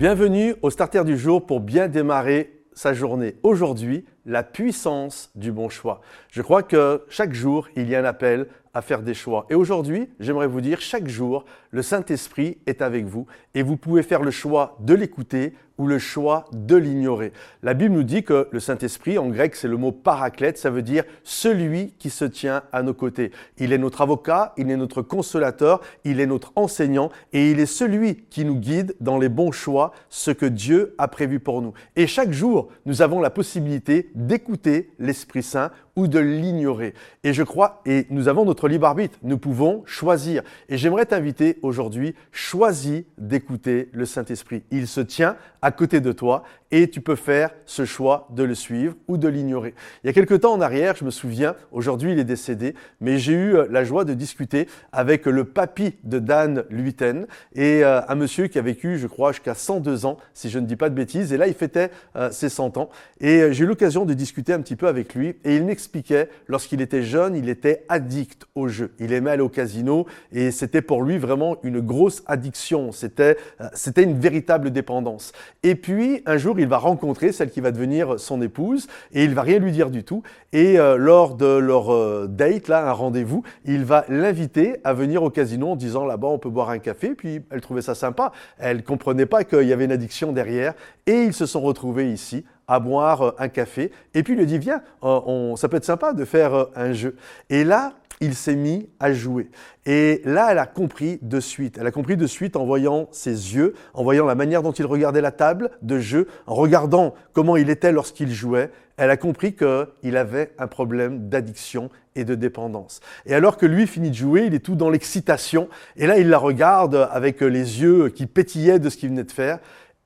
Bienvenue au Starter du jour pour bien démarrer sa journée. Aujourd'hui, la puissance du bon choix. Je crois que chaque jour, il y a un appel à faire des choix. Et aujourd'hui, j'aimerais vous dire, chaque jour, le Saint-Esprit est avec vous et vous pouvez faire le choix de l'écouter ou le choix de l'ignorer. La Bible nous dit que le Saint-Esprit, en grec, c'est le mot paraclète, ça veut dire celui qui se tient à nos côtés. Il est notre avocat, il est notre consolateur, il est notre enseignant et il est celui qui nous guide dans les bons choix, ce que Dieu a prévu pour nous. Et chaque jour, nous avons la possibilité d'écouter l'Esprit Saint ou de l'ignorer. Et je crois, et nous avons notre libre arbitre, nous pouvons choisir. Et j'aimerais t'inviter aujourd'hui, choisis d'écouter le Saint-Esprit. Il se tient à côté de toi et tu peux faire ce choix de le suivre ou de l'ignorer. Il y a quelque temps en arrière, je me souviens, aujourd'hui il est décédé, mais j'ai eu la joie de discuter avec le papy de Dan Luyten et un monsieur qui a vécu, je crois, jusqu'à 102 ans, si je ne dis pas de bêtises. Et là, il fêtait ses 100 ans. Et j'ai eu l'occasion de discuter un petit peu avec lui et il m'expliquait, lorsqu'il était jeune, il était addict au jeu. Il aimait aller au casino et c'était pour lui vraiment une grosse addiction. C'était une véritable dépendance. Et puis, un jour, il va rencontrer celle qui va devenir son épouse et il va rien lui dire du tout. Et lors de leur date, là, un rendez-vous, il va l'inviter à venir au casino en disant là-bas, on peut boire un café. Puis, elle trouvait ça sympa. Elle comprenait pas qu'il y avait une addiction derrière. Et ils se sont retrouvés ici à boire un café. Et puis, il lui dit, viens, ça peut être sympa de faire un jeu. Et là, il s'est mis à jouer. Et là, elle a compris de suite. Elle a compris de suite en voyant ses yeux, en voyant la manière dont il regardait la table de jeu, en regardant comment il était lorsqu'il jouait. Elle a compris qu'il avait un problème d'addiction et de dépendance. Et alors que lui finit de jouer, il est tout dans l'excitation. Et là, il la regarde avec les yeux qui pétillaient de ce qu'il venait de faire.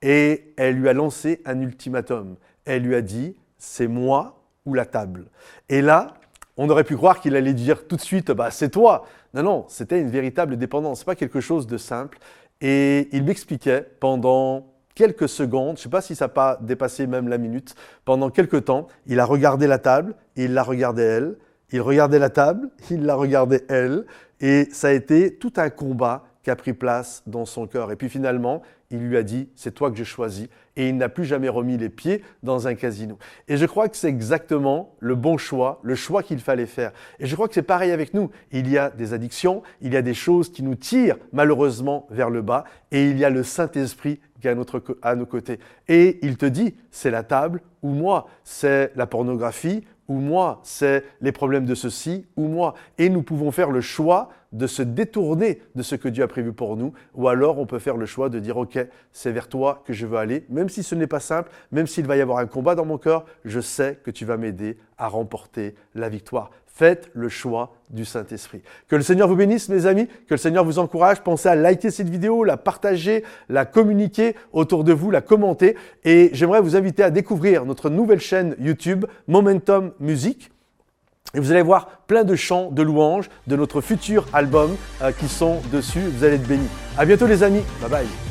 Et elle lui a lancé un ultimatum. Elle lui a dit, c'est moi ou la table. Et là, on aurait pu croire qu'il allait dire tout de suite, bah, c'est toi. Non, non, c'était une véritable dépendance. Ce n'est pas quelque chose de simple. Et il m'expliquait pendant quelques secondes, je ne sais pas si ça n'a pas dépassé même la minute, pendant quelques temps, il a regardé la table, il la regardait elle. Il regardait la table, il la regardait elle. Et ça a été tout un combat qui a pris place dans son cœur. Et puis finalement, il lui a dit, c'est toi que je choisis. Et il n'a plus jamais remis les pieds dans un casino. Et je crois que c'est exactement le bon choix, le choix qu'il fallait faire. Et je crois que c'est pareil avec nous. Il y a des addictions, il y a des choses qui nous tirent malheureusement vers le bas. Et il y a le Saint-Esprit qui est à nos côtés. Et il te dit, c'est la table ou moi, c'est la pornographie ou moi, c'est les problèmes de ceci ou moi. Et nous pouvons faire le choix de se détourner de ce que Dieu a prévu pour nous, ou alors on peut faire le choix de dire « Ok, c'est vers toi que je veux aller, même si ce n'est pas simple, même s'il va y avoir un combat dans mon cœur, je sais que tu vas m'aider à remporter la victoire. » Faites le choix du Saint-Esprit. Que le Seigneur vous bénisse, mes amis, que le Seigneur vous encourage. Pensez à liker cette vidéo, la partager, la communiquer autour de vous, la commenter. Et j'aimerais vous inviter à découvrir notre nouvelle chaîne YouTube, Momentum Music. Et vous allez voir plein de chants, de louanges de notre futur album qui sont dessus. Vous allez être bénis. À bientôt les amis. Bye bye.